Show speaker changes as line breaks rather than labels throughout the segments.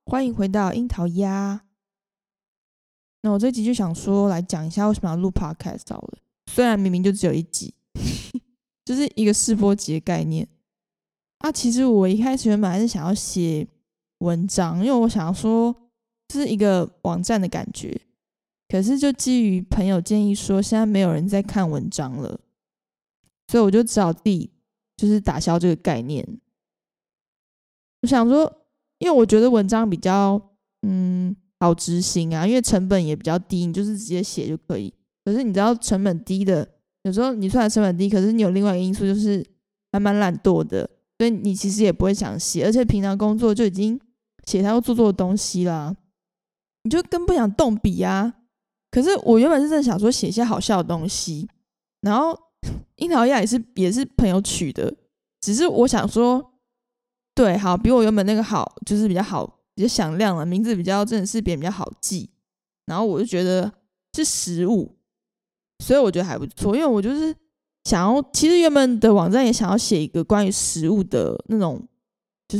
欢迎回到樱桃鸭。那我这集就想说来讲一下为什么要录 podcast 好了，虽然明明就只有一集就是一个试播集的概念啊。其实我一开始原本还是想要写文章，因为我想要说这是一个网站的感觉，可是就基于朋友建议说现在没有人在看文章了，所以我就只好自己就是打消这个概念。我想说因为我觉得文章比较好执行啊，因为成本也比较低，你就是直接写就可以。可是你知道成本低的，有时候你虽然成本低，可是你有另外一个因素就是还蛮懒惰的，所以你其实也不会想写，而且平常工作就已经写太多做的东西啦，你就更不想动笔啊。可是我原本是真的想说写一些好笑的东西，然后樱桃鸭也是朋友取的，只是我想说对，好，比我原本那个好，就是比较好，比较响亮了，名字比较真的是别人比较好记，然后我就觉得是食物，所以我觉得还不错。因为我就是想要，其实原本的网站也想要写一个关于食物的那种就是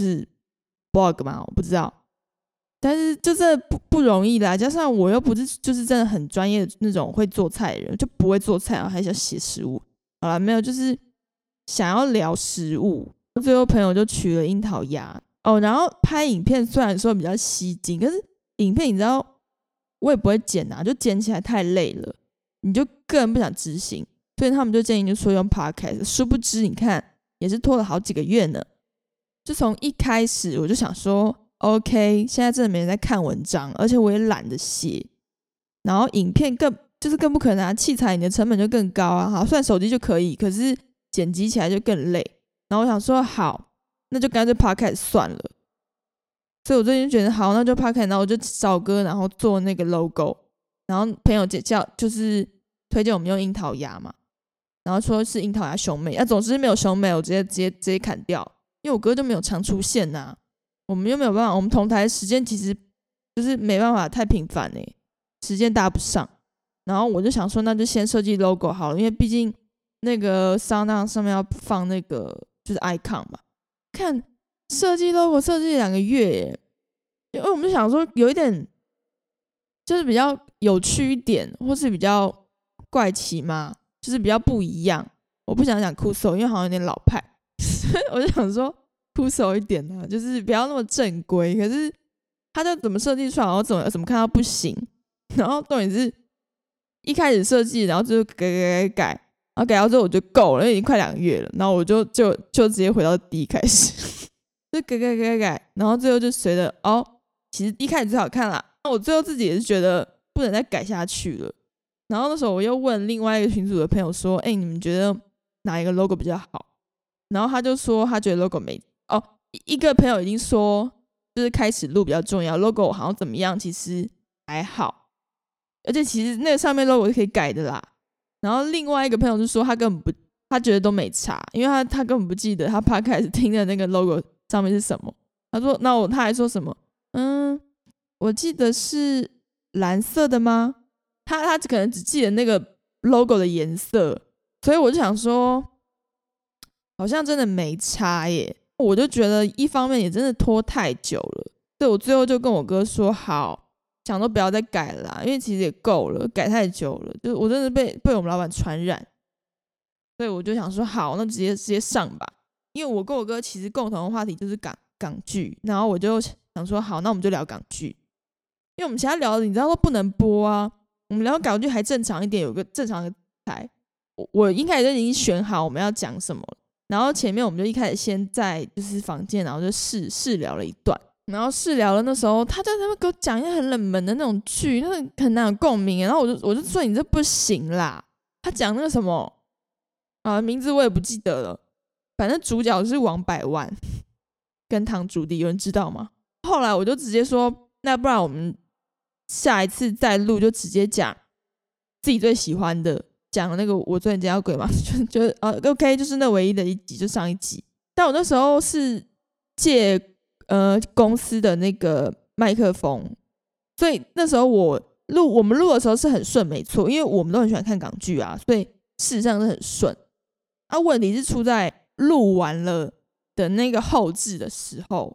blog 嘛，我不知道，但是就真的不容易啦，加上我又不是就是真的很专业的那种会做菜的人，就不会做菜，然后还想写食物。好啦，没有，就是想要聊食物，最后朋友就取了樱桃鸭哦。然后拍影片虽然说比较吸睛，可是影片你知道我也不会剪啊，就剪起来太累了，你就更不想执行，所以他们就建议就说用 podcast。殊不知你看也是拖了好几个月呢。就从一开始我就想说 OK， 现在真的没人在看文章，而且我也懒得写，然后影片更不可能啊，器材你的成本就更高啊。好，虽然手机就可以，可是剪辑起来就更累。然后我想说好，那就干脆 podcast 算了。所以我最近觉得好，那就 podcast， 然后我就找歌，然后做那个 logo， 然后朋友就是推荐我们用樱桃鸭嘛，然后说是樱桃鸭兄妹，总之没有兄妹，我直接砍掉，因为我哥就没有常出现啊，我们又没有办法，我们同台时间其实就是没办法太频繁时间搭不上。然后我就想说那就先设计 logo 好了，因为毕竟那个 SoundOn 上面要放那个就是 icon 嘛，看设计 logo 设计2个月耶，因为我们就想说有一点就是比较有趣一点，或是比较怪奇嘛，就是比较不一样。我不想讲酷手，因为好像有点老派，所以我就想说酷手一点啊，就是不要那么正规。可是他就怎么设计出来，然后怎么看到不行，然后重点是一开始设计，然后就改，然后改到之后我就够了，因为已经快2个月了，然后我就直接回到第一开始就改，然后最后就随着其实一开始最好看啦，我最后自己也是觉得不能再改下去了。然后那时候我又问另外一个群组的朋友说你们觉得哪一个 logo 比较好？然后他就说他觉得 logo 没一个朋友已经说就是开始录比较重要， logo 好像怎么样其实还好，而且其实那个上面 logo 是可以改的啦。然后另外一个朋友就说他根本不，他觉得都没差，因为他根本不记得他 podcast 听的那个 logo 上面是什么。他说他还说什么我记得是蓝色的吗？他可能只记得那个 logo 的颜色，所以我就想说好像真的没差耶。我就觉得一方面也真的拖太久了，所以我最后就跟我哥说好，想都不要再改了啦，因为其实也够了，改太久了，就是我真的被我们老板传染。所以我就想说好，那直接上吧。因为我跟我哥其实共同的话题就是港剧，然后我就想说好，那我们就聊港剧，因为我们其他聊的你知道都不能播啊，我们聊港剧还正常一点，有个正常的台。我一开始就已经选好我们要讲什么了，然后前面我们就一开始先在就是房间，然后就试聊了一段，然后试聊了。那时候他在那边给我讲一些很冷门的那种剧，那很难有共鸣，然后我就说你这不行啦。他讲那个什么名字我也不记得了，反正主角是王百万跟唐祖棣，有人知道吗？后来我就直接说那不然我们下一次再录就直接讲自己最喜欢的，讲那个我最近见到鬼嘛，就OK， 就是那唯一的一集，就上一集。但我那时候是借公司的那个麦克风，所以那时候我们录的时候是很顺没错，因为我们都很喜欢看港剧啊，所以事实上是很顺。问题是出在录完了的那个后置的时候，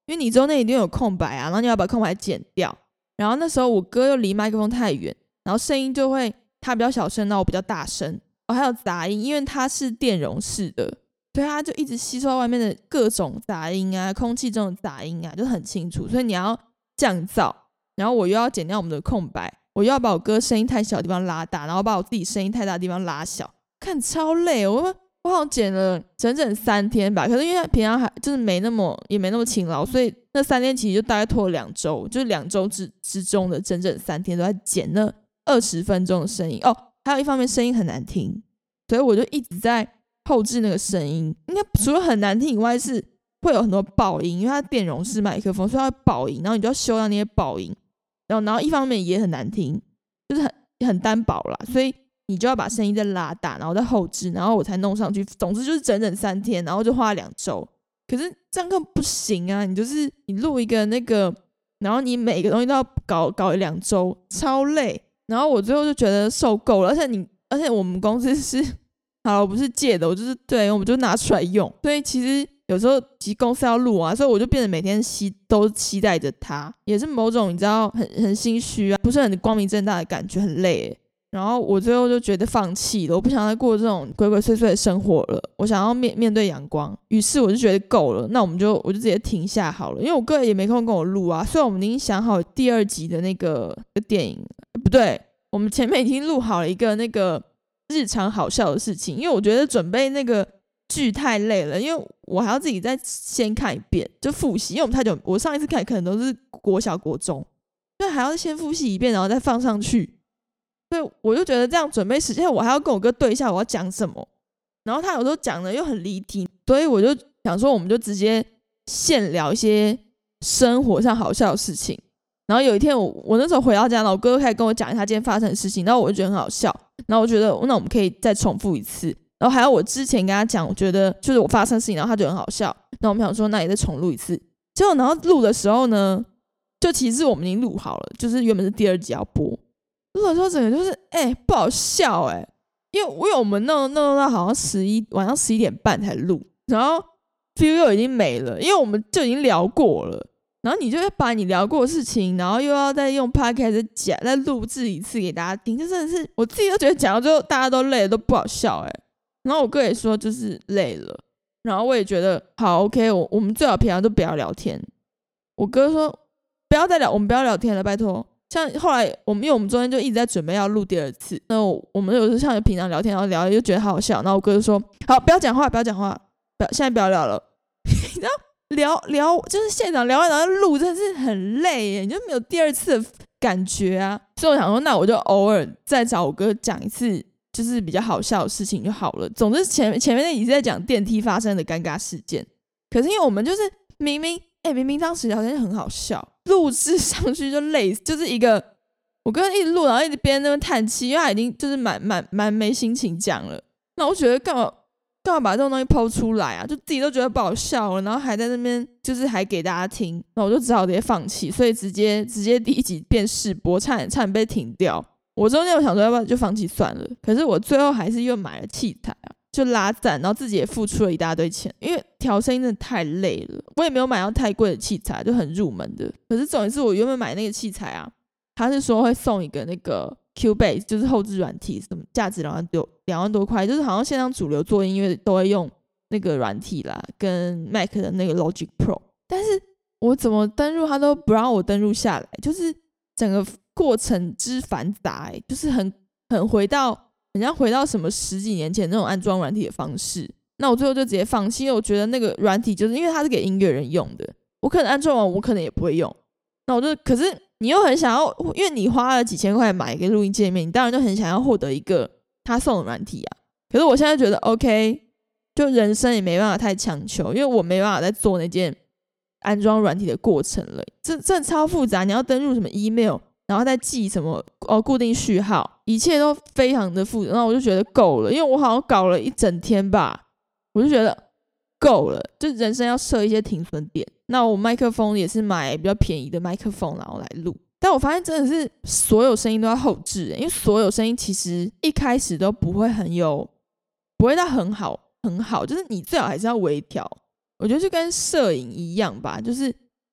因为你周内一定有空白啊，然后你要把空白剪掉。然后那时候我哥又离麦克风太远，然后声音就会他比较小声，然后我比较大声。还有杂音，因为它是电容式的，所以它就一直吸收外面的各种杂音啊，空气中的杂音啊，就很清楚。所以你要降噪，然后我又要剪掉我们的空白，我又要把我哥声音太小的地方拉大，然后把我自己声音太大的地方拉小，看超累。我好像剪了整整3天吧，可是因为平常就是也没那么勤劳，所以那3天其实就大概拖了2周，就是2周之中的整整3天都在剪那20分钟的声音哦。还有一方面声音很难听，所以我就一直在后置那个声音。应该除了很难听以外，是会有很多爆音，因为它电容式麦克风，所以它会爆音，然后你就要修掉那些爆音。然后一方面也很难听，就是很单薄啦，所以你就要把声音再拉大，然后再后置，然后我才弄上去。总之就是整整3天，然后就花了2周。可是这样根本不行啊！你录一个那个，然后你每个东西都要搞2周，超累。然后我最后就觉得受够了，而且我们公司是好了，我不是借的，我们就拿出来用。所以其实有时候其实公司要录啊，所以我就变得每天都期待着它，也是某种你知道很心虚啊，不是很光明正大的感觉，很累耶。然后我最后就觉得放弃了，我不想再过这种鬼鬼祟祟的生活了，我想要面对阳光。于是我就觉得够了，那我就直接停下好了，因为我哥也没空跟我录啊。虽然我们已经想好第2集的那个电影，不对，我们前面已经录好了一个那个日常好笑的事情，因为我觉得准备那个剧太累了，因为我还要自己再先看一遍，就复习，因为我们太久，我上一次看可能都是国小国中，所以还要先复习一遍，然后再放上去。所以我就觉得这样准备时间，我还要跟我哥对一下我要讲什么，然后他有时候讲的又很离题，所以我就想说我们就直接现聊一些生活上好笑的事情。然后有一天我那时候回到家，然后我哥开始跟我讲他今天发生的事情，然后我就觉得很好笑，然后我觉得那我们可以再重复一次，然后还有我之前跟他讲我觉得就是我发生的事情，然后他觉得很好笑，然后我们想说那也再重录一次。结果然后录的时候呢，就其实我们已经录好了，就是原本是第2集要播，录的时候整个就是不好笑因为我们弄到好像晚上11点半才录，然后 feel 又已经没了，因为我们就已经聊过了，然后你就会把你聊过的事情，然后又要再用 podcast 讲，再录制一次给大家听，就真的是我自己都觉得讲到最后大家都累了，都不好笑然后我哥也说就是累了，然后我也觉得好 OK， 我们最好平常都不要聊天。我哥说我们不要聊天了，拜托。像后来因为我们中间就一直在准备要录第2次，那我们有时候像平常聊天，然后聊就觉得好好笑，然后我哥就说好，不要讲话，现在不要聊了。你知道聊就是现场聊完然后录，真的是很累耶，你就没有第2次的感觉啊。所以我想说那我就偶尔再找我哥讲一次就是比较好笑的事情就好了。总之前面那集是在讲电梯发生的尴尬事件，可是因为我们就是明明当时聊天很好笑，录制上去就累，就是一个我跟一直录，然后一直边那边叹气，因为他已经就是蛮没心情讲了。那我觉得干嘛把这种东西抛出来啊？就自己都觉得不好笑了，然后还在那边就是还给大家听，那我就只好直接放弃，所以直接第1集变试播，差点被停掉。我中间有想说要不要就放弃算了，可是我最后还是又买了器材就拉赞，然后自己也付出了一大堆钱，因为调声音真的太累了。我也没有买到太贵的器材，就很入门的。可是重点是我原本买那个器材他是说会送一个那个 Cubase， 就是后置软体，什么价值2万多块，就是好像现在主流做音乐都会用那个软体啦，跟 Mac 的那个 Logic Pro。但是我怎么登入它都不让我登入下来，就是整个过程之繁杂就是很像回到什么10几年前那种安装软体的方式。那我最后就直接放弃，因为我觉得那个软体就是因为它是给音乐人用的，我可能安装完我可能也不会用。那可是你又很想要，因为你花了几千块买一个录音界面，你当然就很想要获得一个他送的软体可是我现在觉得 OK， 就人生也没办法太强求，因为我没办法再做那件安装软体的过程了，这真的超复杂，你要登入什么 email， 然后再记什么固定序号，一切都非常的复杂。然后我就觉得够了，因为我好像搞了一整天吧，我就觉得够了，就人生要设一些停损点。那我麦克风也是买比较便宜的麦克风然后来录，但我发现真的是所有声音都要后置因为所有声音其实一开始都不会到很好，就是你最好还是要微调。我觉得就跟摄影一样吧，就是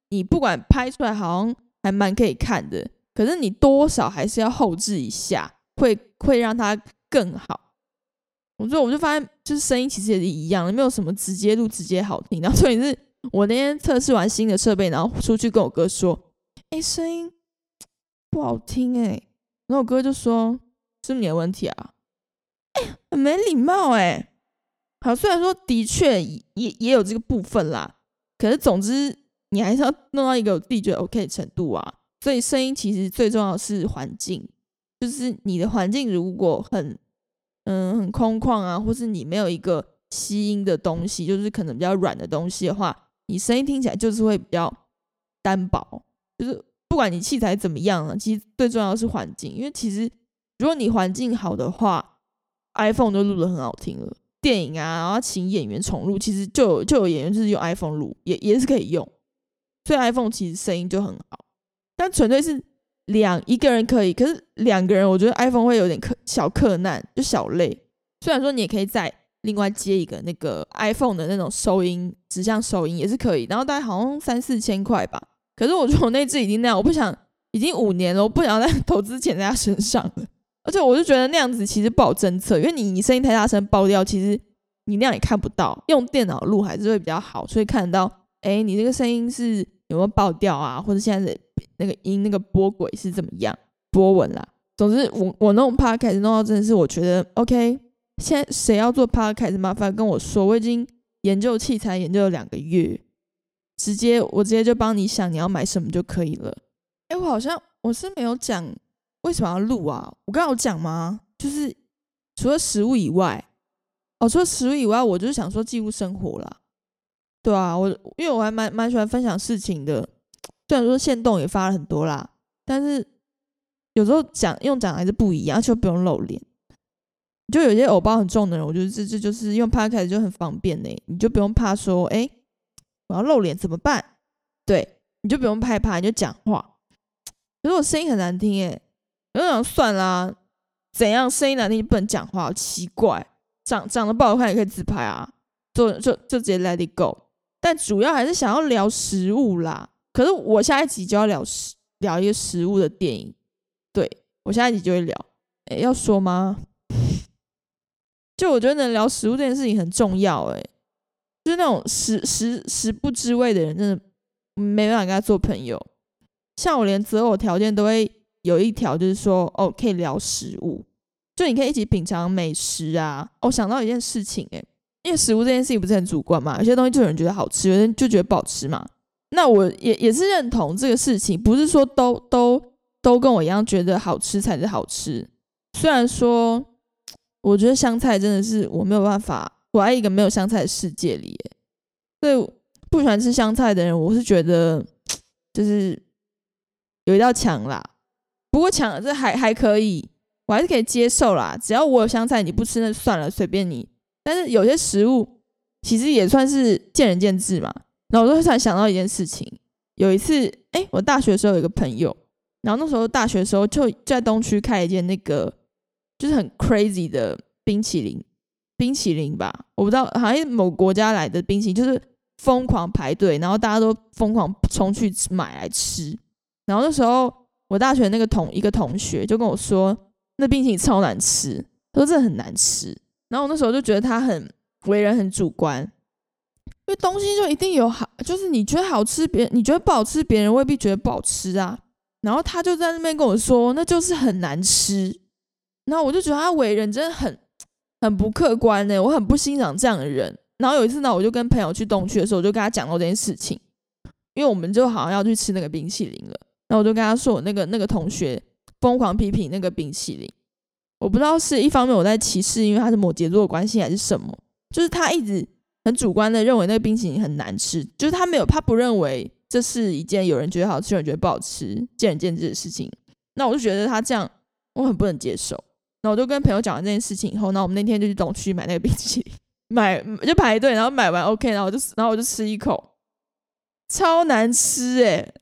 你不管拍出来好像还蛮可以看的，可是你多少还是要后置一下，会让它更好。我就发现，就是声音其实也是一样，没有什么直接录直接好听。然后所以是我那天测试完新的设备，然后出去跟我哥说：“声音不好听然后我哥就说：“是不是你的问题啊？”很没礼貌好，虽然说的确也有这个部分啦，可是总之你还是要弄到一个我自己觉得 OK 的程度啊。所以声音其实最重要的是环境，就是你的环境如果很空旷啊，或是你没有一个吸音的东西，就是可能比较软的东西的话，你声音听起来就是会比较单薄。就是不管你器材怎么样啊，其实最重要的是环境，因为其实如果你环境好的话 ，iPhone 就录得很好听了。电影啊，然后请演员重录，其实就有演员就是用 iPhone 录，也是可以用。所以 iPhone 其实声音就很好，但纯粹是一个人可以，可是两个人我觉得 iPhone 会有点小克难，就小累。虽然说你也可以再另外接一个那个 iPhone 的那种收音指向收音也是可以，然后大概好像3-4千块吧。可是我觉得我那支已经那样，我不想，已经5年了，我不想再投资钱在他身上了。而且我就觉得那样子其实不好侦测，因为你声音太大声爆掉，其实你那样也看不到，用电脑录还是会比较好，所以看得到你这个声音是有没有爆掉啊，或者现在的那个音那个波轨是怎么样，波纹啦。总之我弄 podcast 弄到真的是我觉得 OK， 现在谁要做 podcast 麻烦跟我说，我已经研究器材研究了2个月，我直接就帮你想你要买什么就可以了。我是没有讲为什么要录啊？我刚刚有讲吗？就是除了食物以外，我就是想说记录生活啦。对啊，因为我还蛮喜欢分享事情的，虽然说限动也发了很多啦，但是有时候用讲还是不一样，而且不用露脸。就有些偶包很重的人，我觉得这就是用 podcast 就很方便你就不用怕说我要露脸怎么办？对，你就不用害怕，你就讲话。可是我声音很难听我就想算啦，怎样声音难听就不能讲话，好奇怪。长得不好看也可以自拍啊，就直接 let it go。但主要还是想要聊食物啦。可是我下一集就要聊一个食物的电影，对，我下一集就会聊。要说吗？就我觉得能聊食物这件事情很重要就是那种食不知味的人，真的没办法跟他做朋友。像我连择偶条件都会有一条，就是说可以聊食物，就你可以一起品尝美食啊。想到一件事情因为食物这件事情不是很主观嘛，有些东西就有人觉得好吃，有人就觉得不好吃嘛。那我也是认同这个事情，不是说都跟我一样觉得好吃才是好吃。虽然说我觉得香菜真的是我没有办法活在一个没有香菜的世界里所以不喜欢吃香菜的人，我是觉得就是有一道墙啦。不过墙这还可以，我还是可以接受啦，只要我有香菜你不吃那算了，随便你。但是有些食物其实也算是见仁见智嘛。然后我就突然想到一件事情，有一次我大学的时候有一个朋友，然后那时候大学的时候就在东区开一间那个就是很 crazy 的冰淇淋吧，我不知道好像某国家来的冰淇淋，就是疯狂排队，然后大家都疯狂冲去买来吃。然后那时候我大学那个一个同学就跟我说那冰淇淋超难吃，他说真的很难吃。然后我那时候就觉得他为人很主观，因为东西就一定有好，就是你觉得好吃，你觉得不好吃，别人未必觉得不好吃啊。然后他就在那边跟我说那就是很难吃。然后我就觉得他为人真的很不客观我很不欣赏这样的人。然后有一次呢，我就跟朋友去东区的时候，我就跟他讲到这件事情，因为我们就好像要去吃那个冰淇淋了。然后我就跟他说我那个同学疯狂批评那个冰淇淋，我不知道是一方面我在歧视因为他是摩羯座的关系还是什么，就是他一直很主观的认为那个冰淇淋很难吃，就是他不认为这是一件有人觉得好吃有人觉得不好吃见仁见智的事情。那我就觉得他这样我很不能接受。然后我就跟朋友讲完这件事情以后，那我们那天就去东区买那个冰淇淋，就排队，然后买完 OK， 然后我就吃一口，超难吃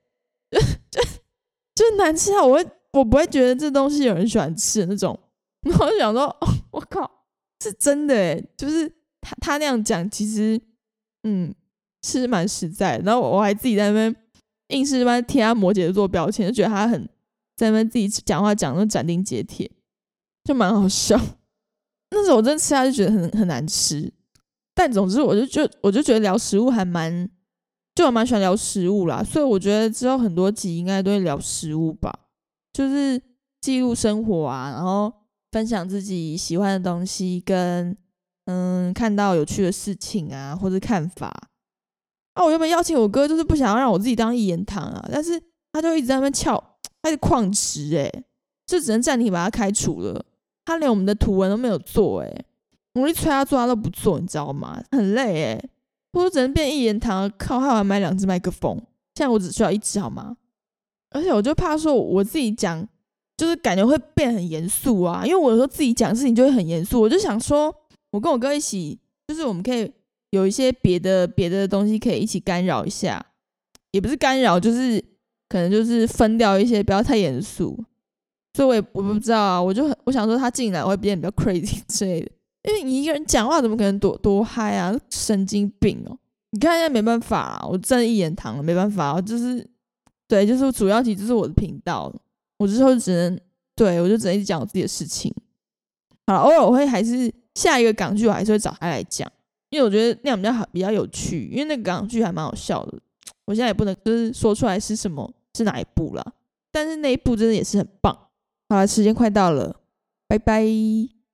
就难吃到我不会觉得这东西有人喜欢吃的那种。然后我就想说我靠是真的就是他那样讲其实是蛮实在的。然后我还自己在那边硬是帮贴他摩羯座标签，就觉得他很在那边自己讲话讲得斩钉截铁，就蛮好笑。那时候我真的吃下就觉得很难吃，但总之我就觉得聊食物还蛮喜欢聊食物啦，所以我觉得之后很多集应该都会聊食物吧，就是记录生活啊，然后分享自己喜欢的东西跟看到有趣的事情啊或者看法啊。我原本邀请我哥就是不想要让我自己当一言堂啊，但是他就一直在那边他一直旷职就只能暂停把他开除了。他连我们的图文都没有做我一催他做他都不做，你知道吗？很累我都只能变一言堂，靠，还要买2只麦克风，现在我只需要1只好吗？而且我就怕说我自己讲就是感觉会变很严肃啊，因为我有时候自己讲事情就会很严肃，我就想说我跟我哥一起，就是我们可以有一些别的东西可以一起干扰一下，也不是干扰，就是可能就是分掉一些，不要太严肃。所以我不知道啊，我想说他进来我会变得比较 crazy 之类的，因为你一个人讲话怎么可能多嗨啊，神经病哦！你看现在没办法啊，我真的一言堂了，没办法，就是对，就是主要题就是我的频道，我之后我就只能一直讲我自己的事情。好了，偶尔我会还是下一个港剧我还是会找他来讲，因为我觉得那样比较有趣，因为那个港剧还蛮好笑的。我现在也不能就是说出来是哪一部啦，但是那一部真的也是很棒。好了，时间快到了，拜拜。